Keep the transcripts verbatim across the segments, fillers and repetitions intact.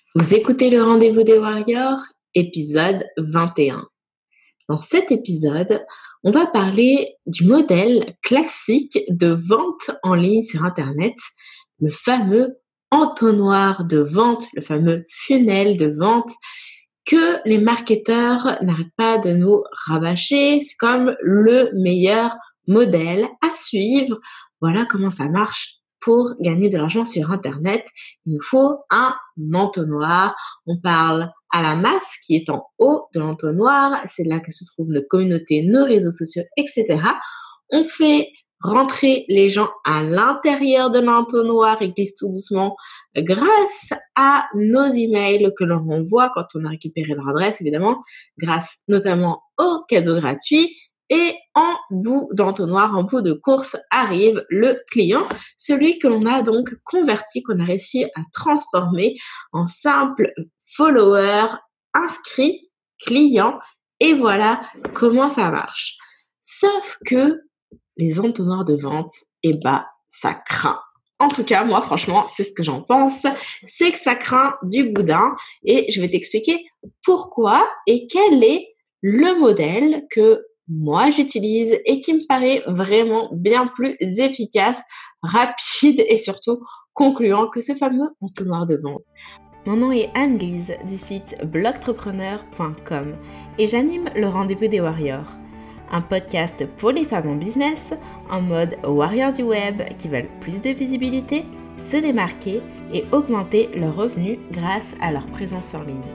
Vous écoutez le Rendez-vous des Warriors, épisode vingt et un. Dans cet épisode, on va parler du modèle classique de vente en ligne sur Internet, le fameux entonnoir de vente, le fameux funnel de vente que les marketeurs n'arrêtent pas de nous rabâcher. C'est comme le meilleur modèle à suivre. Voilà comment ça marche. Pour gagner de l'argent sur Internet, il nous faut un entonnoir. On parle à la masse qui est en haut de l'entonnoir. C'est là que se trouvent nos communautés, nos réseaux sociaux, et cetera. On fait rentrer les gens à l'intérieur de l'entonnoir et glisse tout doucement grâce à nos emails que l'on renvoie quand on a récupéré leur adresse, évidemment, grâce notamment aux cadeaux gratuits. Et en bout d'entonnoir, en bout de course, arrive le client, celui que l'on a donc converti, qu'on a réussi à transformer en simple follower, inscrit, client. Et voilà comment ça marche. Sauf que les entonnoirs de vente, eh ben, ça craint. En tout cas, moi, franchement, c'est ce que j'en pense. C'est que ça craint du boudin. Et je vais t'expliquer pourquoi et quel est le modèle que moi j'utilise et qui me paraît vraiment bien plus efficace, rapide et surtout concluant que ce fameux entonnoir de vente. Mon nom est Anne-Lise du site blogtrepreneur point com et j'anime le Rendez-vous des Warriors, un podcast pour les femmes en business en mode warrior du web qui veulent plus de visibilité, se démarquer et augmenter leurs revenus grâce à leur présence en ligne.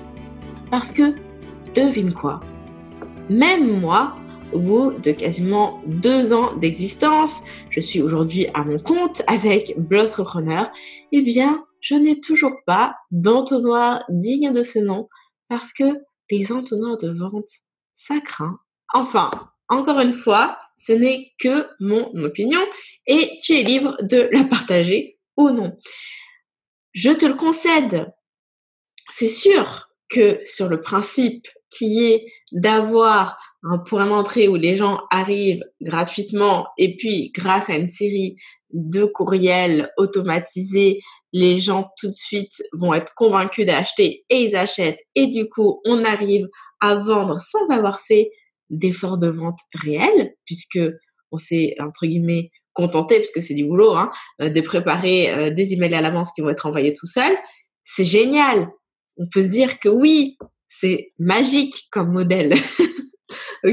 Parce que, devine quoi ? Même moi, au bout de quasiment deux ans d'existence, je suis aujourd'hui à mon compte avec Blogtrepreneur, eh bien, je n'ai toujours pas d'entonnoir digne de ce nom parce que les entonnoirs de vente, ça craint. Enfin, encore une fois, ce n'est que mon opinion et tu es libre de la partager ou non. Je te le concède. C'est sûr que sur le principe qui est d'avoir un point d'entrée où les gens arrivent gratuitement et puis grâce à une série de courriels automatisés, les gens tout de suite vont être convaincus d'acheter et ils achètent et du coup on arrive à vendre sans avoir fait d'efforts de vente réels puisque on s'est entre guillemets contenté parce que c'est du boulot hein, de préparer euh, des emails à l'avance qui vont être envoyés tout seuls. C'est génial. On peut se dire que oui, c'est magique comme modèle. Ok ?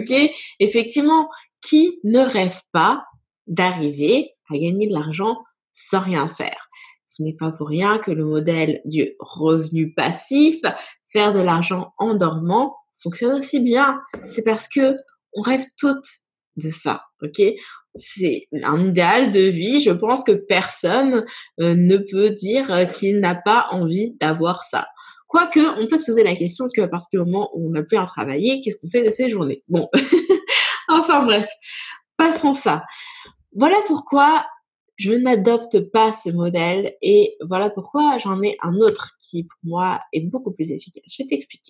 Effectivement, qui ne rêve pas d'arriver à gagner de l'argent sans rien faire ? Ce n'est pas pour rien que le modèle du revenu passif, faire de l'argent en dormant, fonctionne aussi bien. C'est parce que on rêve toutes de ça, ok ? C'est un idéal de vie. Je pense que personne euh, ne peut dire euh, qu'il n'a pas envie d'avoir ça. Quoique, on peut se poser la question qu'à partir du moment où on n'a plus à travailler, qu'est-ce qu'on fait de ces journées ? Bon, enfin bref, passons ça. Voilà pourquoi je n'adopte pas ce modèle et voilà pourquoi j'en ai un autre qui, pour moi, est beaucoup plus efficace. Je vais t'expliquer.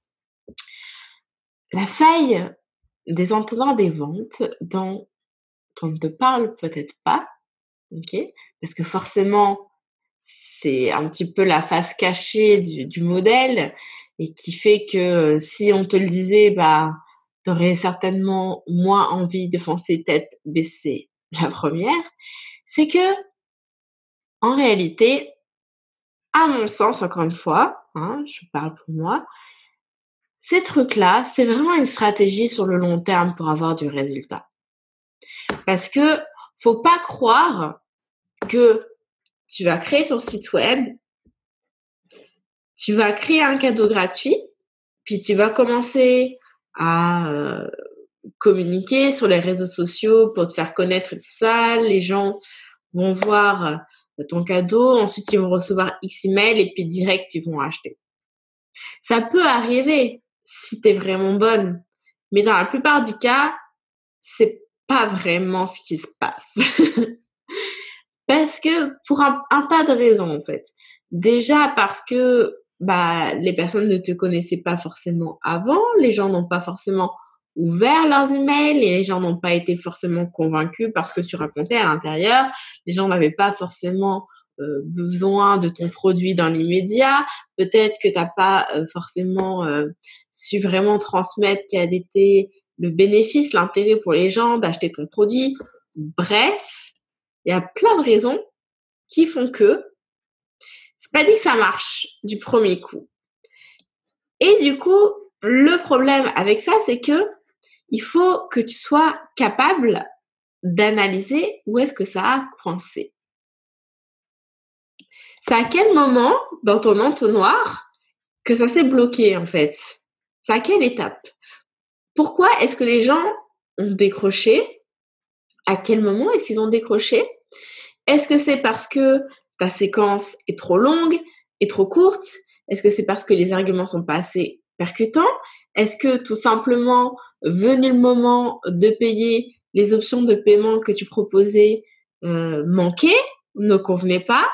La faille des entonnoirs des ventes dont on ne te parle peut-être pas, ok ? Parce que forcément, c'est un petit peu la face cachée du, du modèle et qui fait que si on te le disait, bah, t'aurais certainement moins envie de foncer tête baissée la première. C'est que, en réalité, à mon sens, encore une fois, hein, je parle pour moi, ces trucs-là, c'est vraiment une stratégie sur le long terme pour avoir du résultat. Parce que, faut pas croire que tu vas créer ton site web, tu vas créer un cadeau gratuit, puis tu vas commencer à euh, communiquer sur les réseaux sociaux pour te faire connaître et tout ça. Les gens vont voir ton cadeau, ensuite ils vont recevoir X email et puis direct ils vont acheter. Ça peut arriver si t'es vraiment bonne, mais dans la plupart du cas, c'est pas vraiment ce qui se passe. Parce que pour un, un tas de raisons en fait. Déjà parce que bah les personnes ne te connaissaient pas forcément avant, les gens n'ont pas forcément ouvert leurs emails et les gens n'ont pas été forcément convaincus par ce que tu racontais à l'intérieur. Les gens n'avaient pas forcément euh, besoin de ton produit dans l'immédiat. Peut-être que tu n'as pas euh, forcément euh, su vraiment transmettre quel était le bénéfice, l'intérêt pour les gens d'acheter ton produit. Bref, il y a plein de raisons qui font que c'est pas dit que ça marche du premier coup. Et du coup, le problème avec ça, c'est que il faut que tu sois capable d'analyser où est-ce que ça a coincé. C'est à quel moment dans ton entonnoir que ça s'est bloqué en fait? C'est à quelle étape? Pourquoi est-ce que les gens ont décroché? À quel moment est-ce qu'ils ont décroché? Est-ce que c'est parce que ta séquence est trop longue, est trop courte? Est-ce que c'est parce que les arguments sont pas assez percutants? Est-ce que tout simplement, venu le moment de payer, les options de paiement que tu proposais euh, manquaient, ne convenaient pas?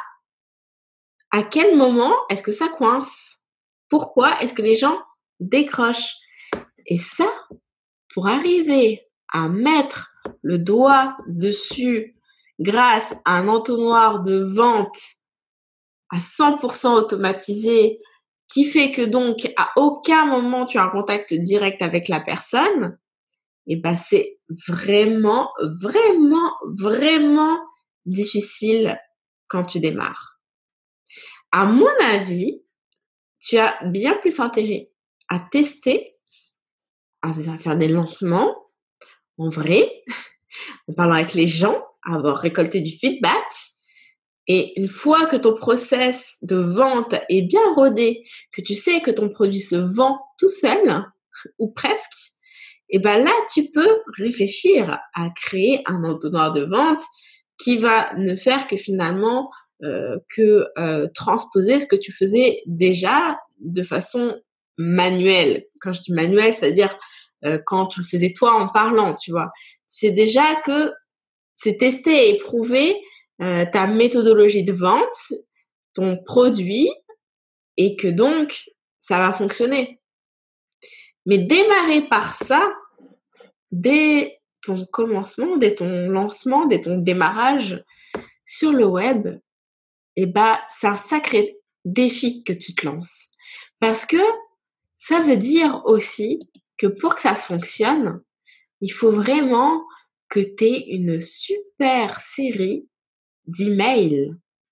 À quel moment est-ce que ça coince? Pourquoi est-ce que les gens décrochent? Et ça, pour arriver à mettre le doigt dessus grâce à un entonnoir de vente à cent pour cent automatisé qui fait que donc à aucun moment tu as un contact direct avec la personne, et ben c'est vraiment, vraiment, vraiment difficile quand tu démarres. À mon avis, tu as bien plus intérêt à tester, à faire des lancements en vrai, en parlant avec les gens, à avoir récolté du feedback. Et une fois que ton process de vente est bien rodé, que tu sais que ton produit se vend tout seul, ou presque, et ben là, tu peux réfléchir à créer un entonnoir de vente qui va ne faire que finalement euh, que euh, transposer ce que tu faisais déjà de façon manuelle. Quand je dis manuelle, c'est-à-dire euh, quand tu le faisais toi en parlant, tu vois. Tu sais déjà que c'est testé et prouvé euh, ta méthodologie de vente, ton produit, et que donc, ça va fonctionner. Mais démarrer par ça, dès ton commencement, dès ton lancement, dès ton démarrage sur le web, eh ben, c'est un sacré défi que tu te lances. Parce que ça veut dire aussi que pour que ça fonctionne, il faut vraiment que tu aies une super série d'emails.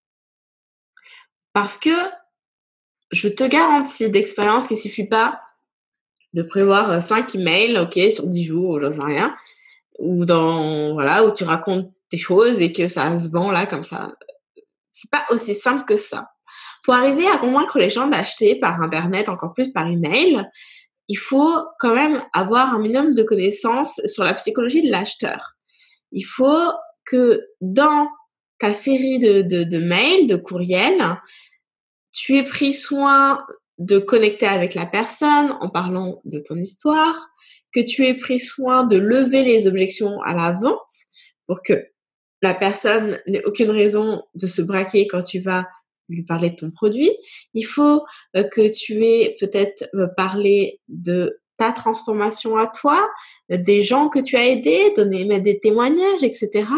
Parce que je te garantis d'expérience qu'il suffit pas de prévoir cinq emails, ok, sur dix jours, j'en sais rien, ou dans, voilà, où tu racontes tes choses et que ça se vend là, comme ça. C'est pas aussi simple que ça. Pour arriver à convaincre les gens d'acheter par Internet, encore plus par email, il faut quand même avoir un minimum de connaissances sur la psychologie de l'acheteur. Il faut que dans ta série de, de, de mails, de courriels, tu aies pris soin de connecter avec la personne en parlant de ton histoire, que tu aies pris soin de lever les objections à la vente pour que la personne n'ait aucune raison de se braquer quand tu vas lui parler de ton produit. Il faut euh, que tu aies peut-être euh, parlé de ta transformation à toi, euh, des gens que tu as aidés, donner mettre des témoignages, et cetera.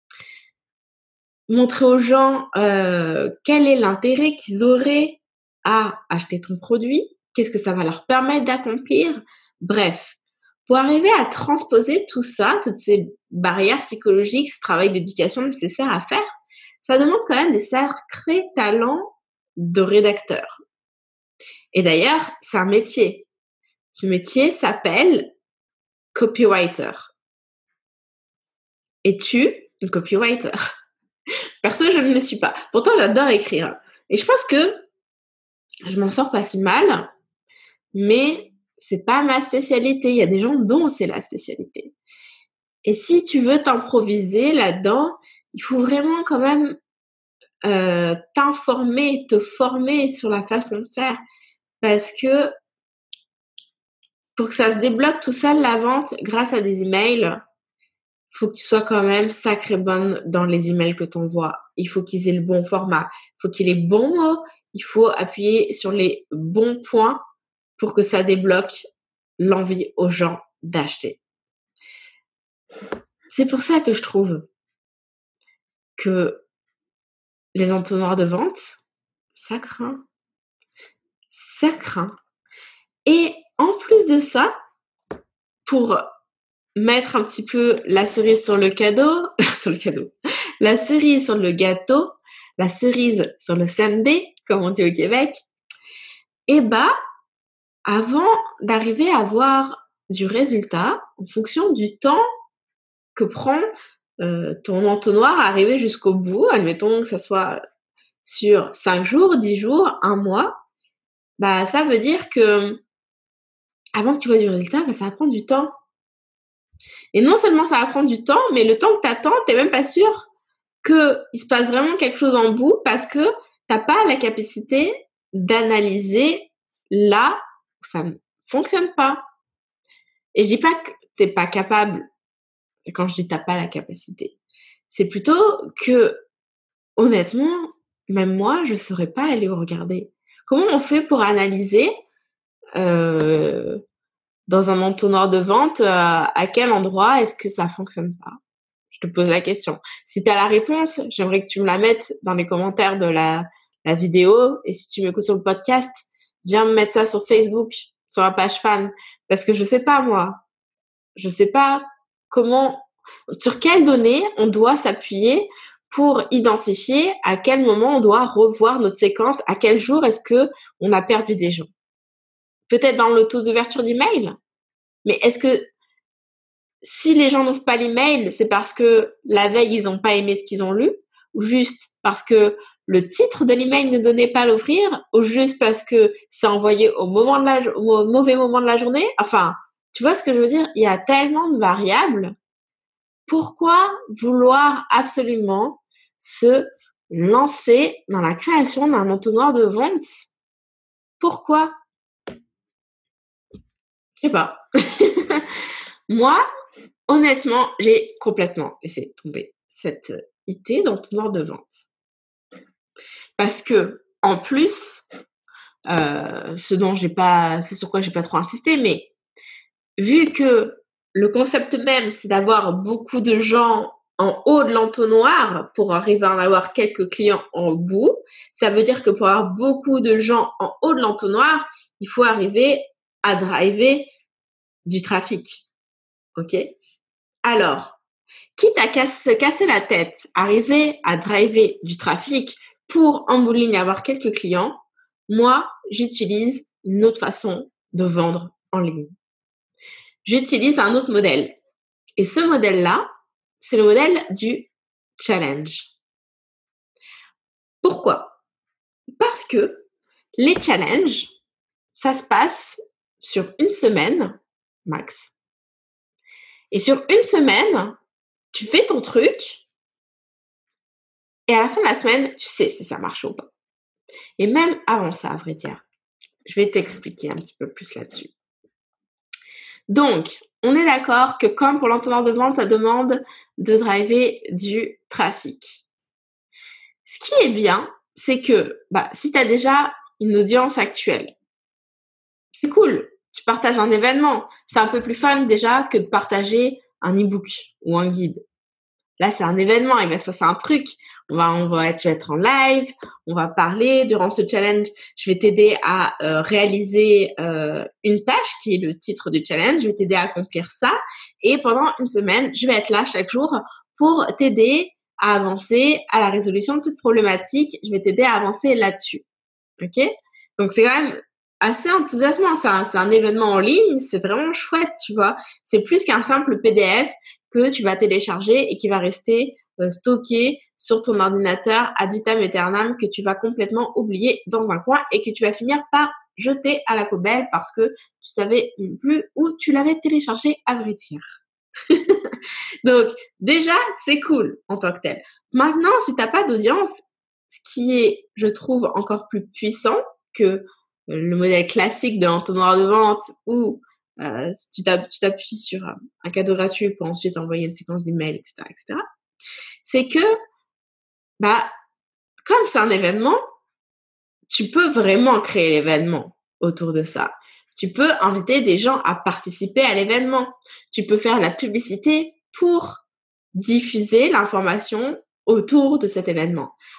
Montrer aux gens euh, quel est l'intérêt qu'ils auraient à acheter ton produit, qu'est-ce que ça va leur permettre d'accomplir. Bref, pour arriver à transposer tout ça, toutes ces barrières psychologiques, ce travail d'éducation nécessaire à faire, ça demande quand même des sacrés talents de rédacteur. Et d'ailleurs, c'est un métier. Ce métier s'appelle copywriter. Es-tu une copywriter? Perso, je ne le suis pas. Pourtant, j'adore écrire. Et je pense que je m'en sors pas si mal, mais c'est pas ma spécialité. Il y a des gens dont c'est la spécialité. Et si tu veux t'improviser là-dedans, il faut vraiment quand même euh, t'informer, te former sur la façon de faire. Parce que pour que ça se débloque tout ça, la vente, grâce à des emails, il faut que tu sois quand même sacré bonne dans les emails que tu envoies. Il faut qu'ils aient le bon format. Il faut qu'il y ait les bons mots. Il faut appuyer sur les bons points pour que ça débloque l'envie aux gens d'acheter. C'est pour ça que je trouve que les entonnoirs de vente, ça craint. Ça craint. Et en plus de ça, pour mettre un petit peu la cerise sur le cadeau, sur le cadeau, la cerise sur le gâteau, la cerise sur le sundae, comme on dit au Québec, et bah, avant d'arriver à voir du résultat, en fonction du temps que prend euh, ton entonnoir à arriver jusqu'au bout, admettons que ça soit sur cinq jours, dix jours, un mois, bah ça veut dire que avant que tu vois du résultat, bah, ça va prendre du temps. Et non seulement ça va prendre du temps, mais le temps que tu attends, t'es même pas sûr qu'il se passe vraiment quelque chose en bout parce que t'as pas la capacité d'analyser là où ça ne fonctionne pas. Et je dis pas que t'es pas capable. Et quand je dis t'as pas la capacité, c'est plutôt que, honnêtement, même moi, je saurais pas aller regarder. Comment on fait pour analyser euh, dans un entonnoir de vente, euh, à quel endroit est-ce que ça fonctionne pas? Je te pose la question. Si tu as la réponse, j'aimerais que tu me la mettes dans les commentaires de la, la vidéo. Et si tu m'écoutes sur le podcast, viens me mettre ça sur Facebook, sur la page fan. Parce que je sais pas, moi. Je sais pas comment, sur quelles données on doit s'appuyer pour identifier à quel moment on doit revoir notre séquence, à quel jour est-ce que on a perdu des gens. Peut-être dans le taux d'ouverture d'email. Mais est-ce que si les gens n'ouvrent pas l'email, c'est parce que la veille, ils n'ont pas aimé ce qu'ils ont lu, ou juste parce que le titre de l'email ne donnait pas à l'ouvrir, ou juste parce que c'est envoyé au, moment de la, au mauvais moment de la journée? Enfin, tu vois ce que je veux dire? Il y a tellement de variables. Pourquoi vouloir absolument se lancer dans la création d'un entonnoir de vente? Pourquoi? Je sais pas. Moi, honnêtement, j'ai complètement laissé tomber cette idée d'entonnoir de vente. Parce que, en plus, euh, ce dont j'ai pas, ce sur quoi j'ai pas trop insisté, mais vu que le concept même, c'est d'avoir beaucoup de gens en haut de l'entonnoir pour arriver à en avoir quelques clients en bout, ça veut dire que pour avoir beaucoup de gens en haut de l'entonnoir, il faut arriver à driver du trafic. Ok? Alors, quitte à casse, se casser la tête, arriver à driver du trafic pour en bout de ligne avoir quelques clients, moi, j'utilise une autre façon de vendre en ligne. J'utilise un autre modèle. Et ce modèle-là, c'est le modèle du challenge. Pourquoi? Parce que les challenges, ça se passe sur une semaine, max. Et sur une semaine, tu fais ton truc et à la fin de la semaine, tu sais si ça marche ou pas. Et même avant ça, à vrai dire, je vais t'expliquer un petit peu plus là-dessus. Donc, on est d'accord que comme pour l'entonnoir de vente, ça demande de driver du trafic. Ce qui est bien, c'est que bah, si tu as déjà une audience actuelle, c'est cool. Tu partages un événement. C'est un peu plus fun déjà que de partager un e-book ou un guide. Là, c'est un événement. Il va se passer un truc. On va, on va être, tu vas être en live. On va parler. Durant ce challenge, je vais t'aider à euh, réaliser euh, une tâche qui est le titre du challenge. Je vais t'aider à accomplir ça. Et pendant une semaine, je vais être là chaque jour pour t'aider à avancer à la résolution de cette problématique. Je vais t'aider à avancer là-dessus. Ok? Donc, c'est quand même assez enthousiasmant. C'est un, c'est un événement en ligne. C'est vraiment chouette, tu vois. C'est plus qu'un simple P D F que tu vas télécharger et qui va rester euh, stocké sur ton ordinateur ad vitam aeternam, que tu vas complètement oublier dans un coin et que tu vas finir par jeter à la poubelle parce que tu savais plus où tu l'avais téléchargé, à vrai dire. Donc, déjà, c'est cool en tant que tel. Maintenant, si t'as pas d'audience, ce qui est, je trouve, encore plus puissant que le modèle classique de l'entonnoir de vente où euh, tu t'appuies sur un, un cadeau gratuit pour ensuite envoyer une séquence d'emails, et cetera, et cetera. C'est que, bah, comme c'est un événement, tu peux vraiment créer l'événement autour de ça. Tu peux inviter des gens à participer à l'événement. Tu peux faire la publicité pour diffuser l'information autour de cet événement.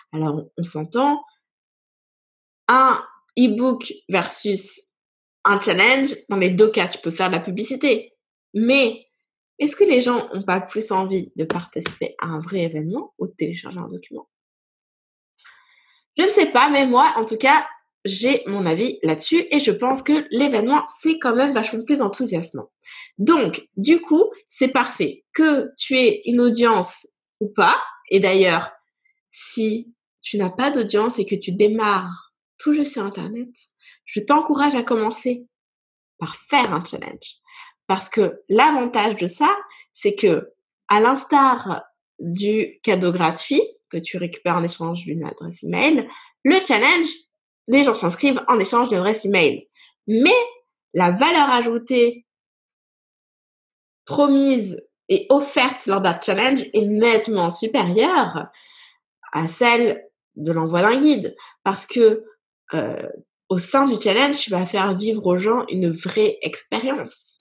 Alors, on, on s'entend, un e-book versus un challenge, dans les deux cas, tu peux faire de la publicité. Mais est-ce que les gens n'ont pas plus envie de participer à un vrai événement ou de télécharger un document? Je ne sais pas, mais moi, en tout cas, j'ai mon avis là-dessus et je pense que l'événement, c'est quand même vachement plus enthousiasmant. Donc, du coup, c'est parfait que tu aies une audience ou pas. Et d'ailleurs, si tu n'as pas d'audience et que tu démarres tout juste sur Internet, je t'encourage à commencer par faire un challenge. Parce que l'avantage de ça, c'est que, à l'instar du cadeau gratuit que tu récupères en échange d'une adresse email, le challenge, les gens s'inscrivent en échange d'une adresse email. Mais la valeur ajoutée promise et offerte lors d'un challenge est nettement supérieure à celle de l'envoi d'un guide. Parce que euh, au sein du challenge, tu vas faire vivre aux gens une vraie expérience.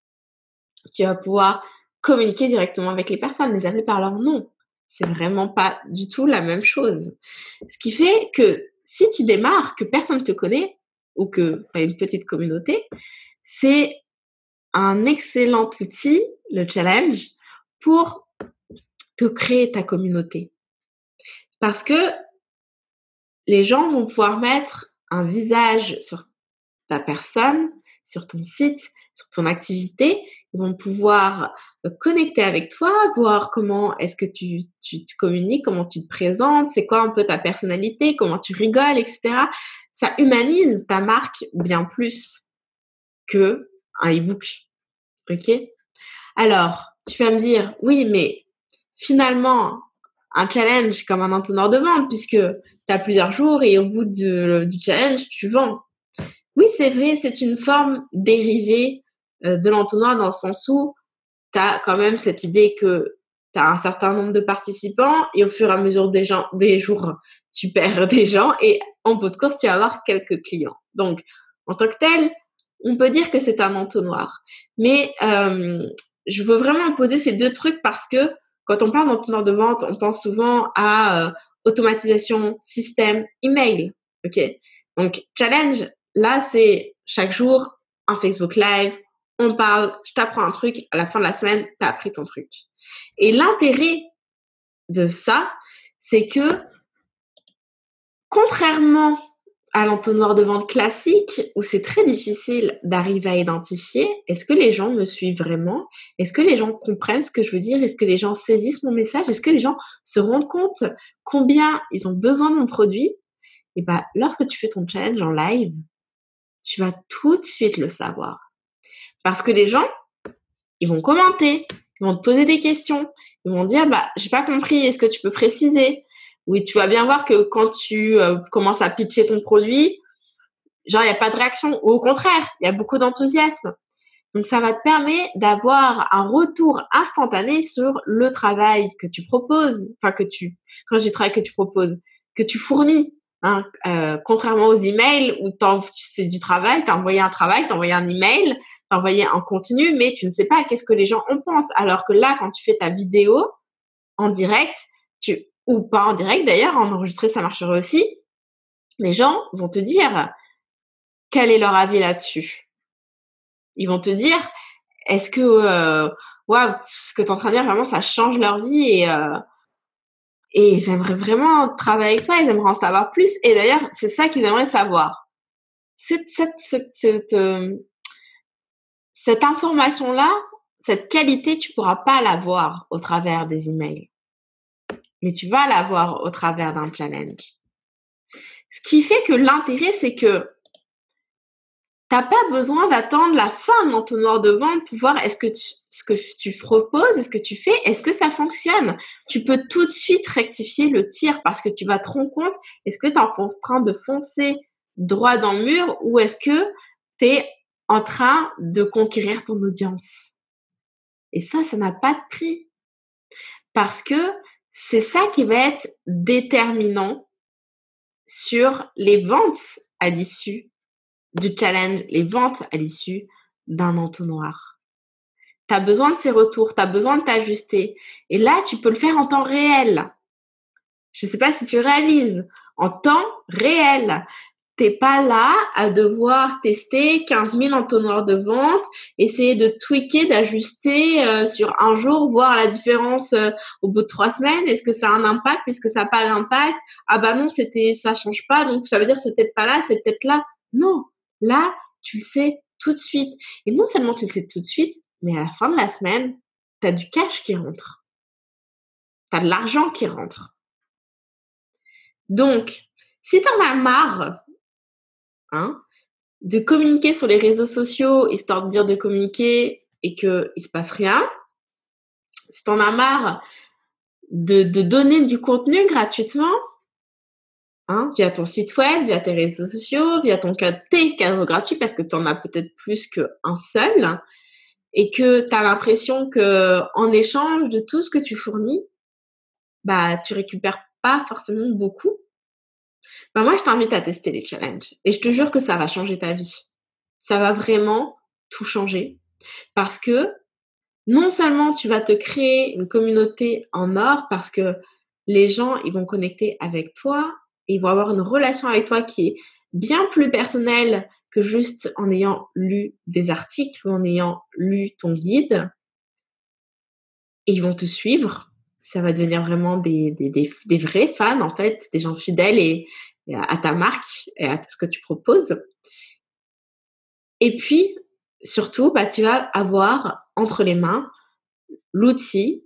Tu vas pouvoir communiquer directement avec les personnes, les appeler par leur nom. C'est vraiment pas du tout la même chose. Ce qui fait que si tu démarres, que personne ne te connaît ou que tu as une petite communauté, c'est un excellent outil, le challenge, pour te créer ta communauté. Parce que les gens vont pouvoir mettre un visage sur ta personne, sur ton site, sur ton activité. Ils vont pouvoir connecter avec toi, voir comment est-ce que tu, tu, tu communiques, comment tu te présentes, c'est quoi un peu ta personnalité, comment tu rigoles, et cetera. Ça humanise ta marque bien plus que un e-book. Ok? Alors, tu vas me dire, oui, mais finalement, un challenge comme un entonnoir de vente, puisque tu as plusieurs jours et au bout de, du challenge, tu vends. Oui, c'est vrai, c'est une forme dérivée euh, de l'entonnoir dans le sens où tu as quand même cette idée que tu as un certain nombre de participants et au fur et à mesure des, gens, des jours, tu perds des gens et en bout de course, tu vas avoir quelques clients. Donc, en tant que tel, on peut dire que c'est un entonnoir. Mais euh, je veux vraiment opposer ces deux trucs parce que quand on parle d'entonnoir de vente, on pense souvent à euh, automatisation, système, email. Ok. Donc, challenge, là, c'est chaque jour un Facebook Live, on parle, je t'apprends un truc, à la fin de la semaine, tu as appris ton truc. Et l'intérêt de ça, c'est que contrairement à l'entonnoir de vente classique, où c'est très difficile d'arriver à identifier, est-ce que les gens me suivent vraiment? Est-ce que les gens comprennent ce que je veux dire? Est-ce que les gens saisissent mon message? Est-ce que les gens se rendent compte combien ils ont besoin de mon produit? Et bien, lorsque tu fais ton challenge en live, tu vas tout de suite le savoir. Parce que les gens, ils vont commenter, ils vont te poser des questions, ils vont dire, bah, j'ai pas compris, est-ce que tu peux préciser? Oui, tu vas bien voir que quand tu euh, commences à pitcher ton produit, genre, il n'y a pas de réaction, ou au contraire, il y a beaucoup d'enthousiasme. Donc, ça va te permettre d'avoir un retour instantané sur le travail que tu proposes, enfin, que tu, quand je dis travail que tu proposes, que tu fournis. Hein, euh, contrairement aux emails où c'est du travail, t'as envoyé un travail, t'as envoyé un email, t'as envoyé un contenu, mais tu ne sais pas qu'est-ce que les gens en pensent. Alors que là, quand tu fais ta vidéo en direct, tu ou pas en direct d'ailleurs, en enregistré ça marcherait aussi, les gens vont te dire quel est leur avis là-dessus. Ils vont te dire est-ce que euh, wow, ce que tu es en train de dire vraiment ça change leur vie et euh, Et ils aimeraient vraiment travailler avec toi, ils aimeraient en savoir plus. Et d'ailleurs, c'est ça qu'ils aimeraient savoir. Cette, cette, cette, cette, euh, cette information-là, cette qualité, tu pourras pas l'avoir au travers des emails. Mais tu vas l'avoir au travers d'un challenge. Ce qui fait que l'intérêt, c'est que t'as pas besoin d'attendre la fin de l'entonnoir de vente pour voir est-ce que tu, ce que tu proposes, est-ce que tu fais, est-ce que ça fonctionne. Tu peux tout de suite rectifier le tir parce que tu vas te rendre compte, est-ce que tu es en train de foncer droit dans le mur ou est-ce que tu es en train de conquérir ton audience. Et ça, ça n'a pas de prix. Parce que c'est ça qui va être déterminant sur les ventes à l'issue du challenge, les ventes à l'issue d'un entonnoir. Tu as besoin de ces retours, tu as besoin de t'ajuster. Et là, tu peux le faire en temps réel. Je sais pas si tu réalises, en temps réel. T'es pas là à devoir tester quinze mille entonnoirs de vente, essayer de tweaker, d'ajuster euh, sur un jour, voir la différence euh, au bout de trois semaines. Est-ce que ça a un impact? Est-ce que ça n'a pas d'impact? Ah bah non, c'était, ça change pas, donc ça veut dire que c'est peut-être pas là, c'est peut-être là. Non, là, tu le sais tout de suite. Et non seulement tu le sais tout de suite, mais à la fin de la semaine, t'as du cash qui rentre. T'as de l'argent qui rentre. Donc, si t'en as marre, hein, de communiquer sur les réseaux sociaux, histoire de dire de communiquer et qu'il ne se passe rien. Si t'en as marre de, de donner du contenu gratuitement, hein, via ton site web, via tes réseaux sociaux, via ton cadre, tes cadres gratuits, parce que tu en as peut-être plus qu'un seul, et que tu as l'impression que en échange de tout ce que tu fournis, bah, tu récupères pas forcément beaucoup. Bah, moi, je t'invite à tester les challenges. Et je te jure que ça va changer ta vie. Ça va vraiment tout changer. Parce que non seulement tu vas te créer une communauté en or, parce que les gens, ils vont connecter avec toi, et ils vont avoir une relation avec toi qui est bien plus personnelle que juste en ayant lu des articles ou en ayant lu ton guide. Et ils vont te suivre. Ça va devenir vraiment des, des, des, des vrais fans, en fait, des gens fidèles et, et à, à ta marque et à ce que tu proposes. Et puis, surtout, bah, tu vas avoir entre les mains l'outil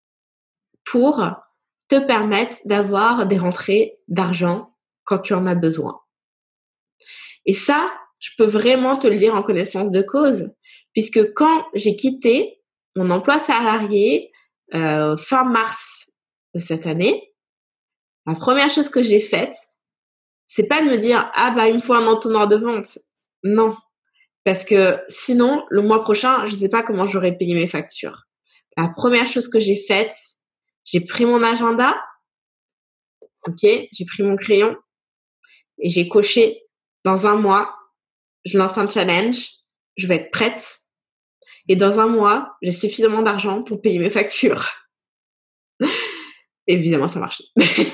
pour te permettre d'avoir des rentrées d'argent quand tu en as besoin. Et ça, je peux vraiment te le dire en connaissance de cause, puisque quand j'ai quitté mon emploi salarié euh, fin mars de cette année, la première chose que j'ai faite, c'est pas de me dire « Ah bah, il me faut un entonnoir de vente ». Non, parce que sinon, le mois prochain, je sais pas comment j'aurais payé mes factures. La première chose que j'ai faite, j'ai pris mon agenda, ok, j'ai pris mon crayon et j'ai coché dans un mois, je lance un challenge, je vais être prête et dans un mois, j'ai suffisamment d'argent pour payer mes factures. Évidemment, ça marche.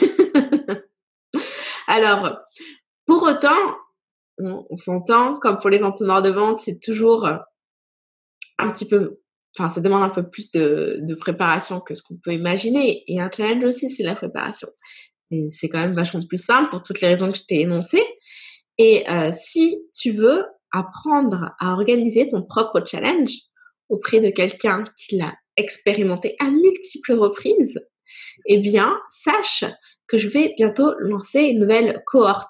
Alors, pour autant, on, on s'entend, comme pour les entonnoirs de vente, c'est toujours un petit peu, enfin, ça demande un peu plus de, de préparation que ce qu'on peut imaginer. Et un challenge aussi, c'est la préparation. Et c'est quand même vachement plus simple pour toutes les raisons que je t'ai énoncées. Et euh, si tu veux apprendre à organiser ton propre challenge auprès de quelqu'un qui l'a expérimenté à multiples reprises, eh bien, sache que je vais bientôt lancer une nouvelle cohorte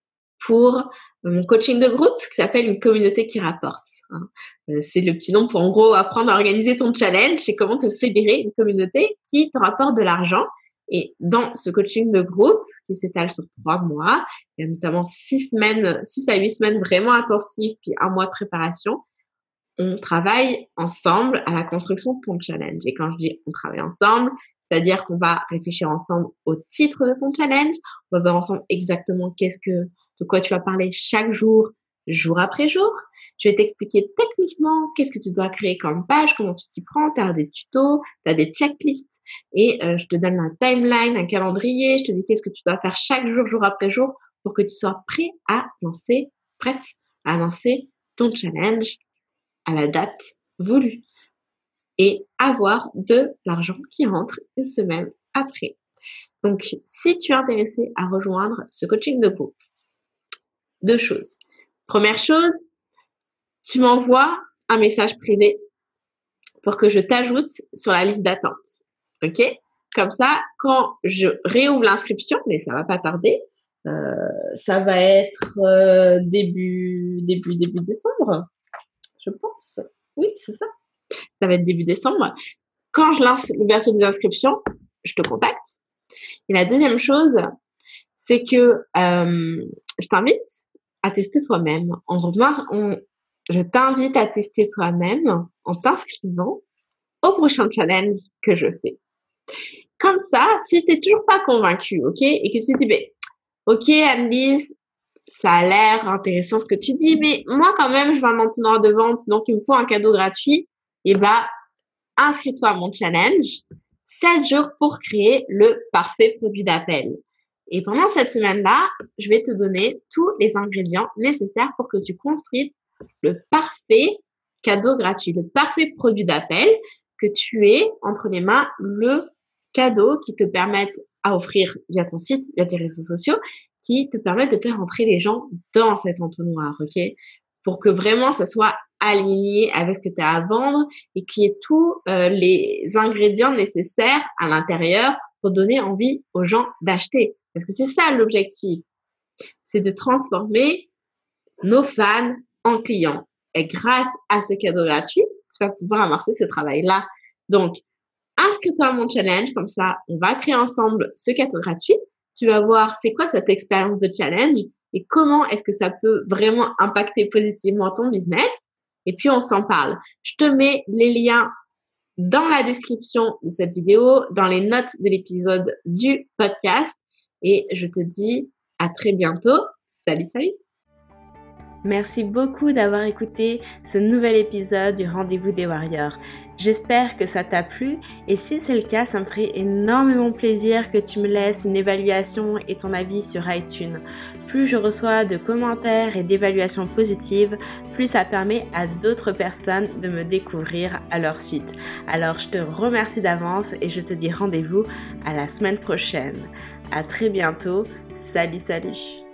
pour mon coaching de groupe qui s'appelle une communauté qui rapporte. C'est le petit nom pour en gros apprendre à organiser ton challenge et comment te fédérer une communauté qui te rapporte de l'argent. Et dans ce coaching de groupe qui s'étale sur trois mois, il y a notamment six semaines, six à huit semaines vraiment intensives, puis un mois de préparation. On travaille ensemble à la construction de ton challenge. Et quand je dis on travaille ensemble, c'est-à-dire qu'on va réfléchir ensemble au titre de ton challenge, on va voir ensemble exactement qu'est-ce que, de quoi tu vas parler chaque jour, jour après jour. Je vais t'expliquer techniquement qu'est-ce que tu dois créer comme page, comment tu t'y prends, tu as des tutos, tu as des checklists et euh, je te donne un timeline, un calendrier, je te dis qu'est-ce que tu dois faire chaque jour, jour après jour pour que tu sois prêt à lancer, prête à lancer ton challenge à la date voulue et avoir de l'argent qui rentre une semaine après. Donc, si tu es intéressé à rejoindre ce coaching de groupe, deux choses. Première chose, tu m'envoies un message privé pour que je t'ajoute sur la liste d'attente. Ok? Comme ça, quand je réouvre l'inscription, mais ça va pas tarder, euh, ça va être euh, début, début, début décembre, je pense. Oui, c'est ça. Ça va être début décembre. Quand je lance l'ouverture des inscriptions, je te contacte. Et la deuxième chose, c'est que euh, je t'invite à tester toi-même. En revanche, on, je t'invite à tester toi-même en t'inscrivant au prochain challenge que je fais. Comme ça, si tu n'es toujours pas convaincu, ok, et que tu te dis, ben, ok, Anne-Lise, ça a l'air intéressant ce que tu dis, mais moi quand même, je veux un entonnoir de vente, donc il me faut un cadeau gratuit. Et bah, inscris-toi à mon challenge. sept jours pour créer le parfait produit d'appel. Et pendant cette semaine-là, je vais te donner tous les ingrédients nécessaires pour que tu construises le parfait cadeau gratuit, le parfait produit d'appel, que tu aies entre les mains le cadeau qui te permette à offrir via ton site, via tes réseaux sociaux, qui te permettent de faire entrer les gens dans cet entonnoir, ok? Pour que vraiment ça soit aligné avec ce que tu as à vendre et qu'il y ait tous euh, les ingrédients nécessaires à l'intérieur pour donner envie aux gens d'acheter. Parce que c'est ça l'objectif, c'est de transformer nos fans en clients. Et grâce à ce cadeau gratuit, tu vas pouvoir amorcer ce travail-là. Donc, inscris-toi à mon challenge, comme ça, on va créer ensemble ce cadeau gratuit. Tu vas voir c'est quoi cette expérience de challenge et comment est-ce que ça peut vraiment impacter positivement ton business. Et puis, on s'en parle. Je te mets les liens dans la description de cette vidéo, dans les notes de l'épisode du podcast. Et je te dis à très bientôt. Salut, salut! Merci beaucoup d'avoir écouté ce nouvel épisode du Rendez-vous des Warriors. J'espère que ça t'a plu et si c'est le cas, ça me ferait énormément plaisir que tu me laisses une évaluation et ton avis sur iTunes. Plus je reçois de commentaires et d'évaluations positives, plus ça permet à d'autres personnes de me découvrir à leur suite. Alors je te remercie d'avance et je te dis rendez-vous à la semaine prochaine. À très bientôt. Salut, salut!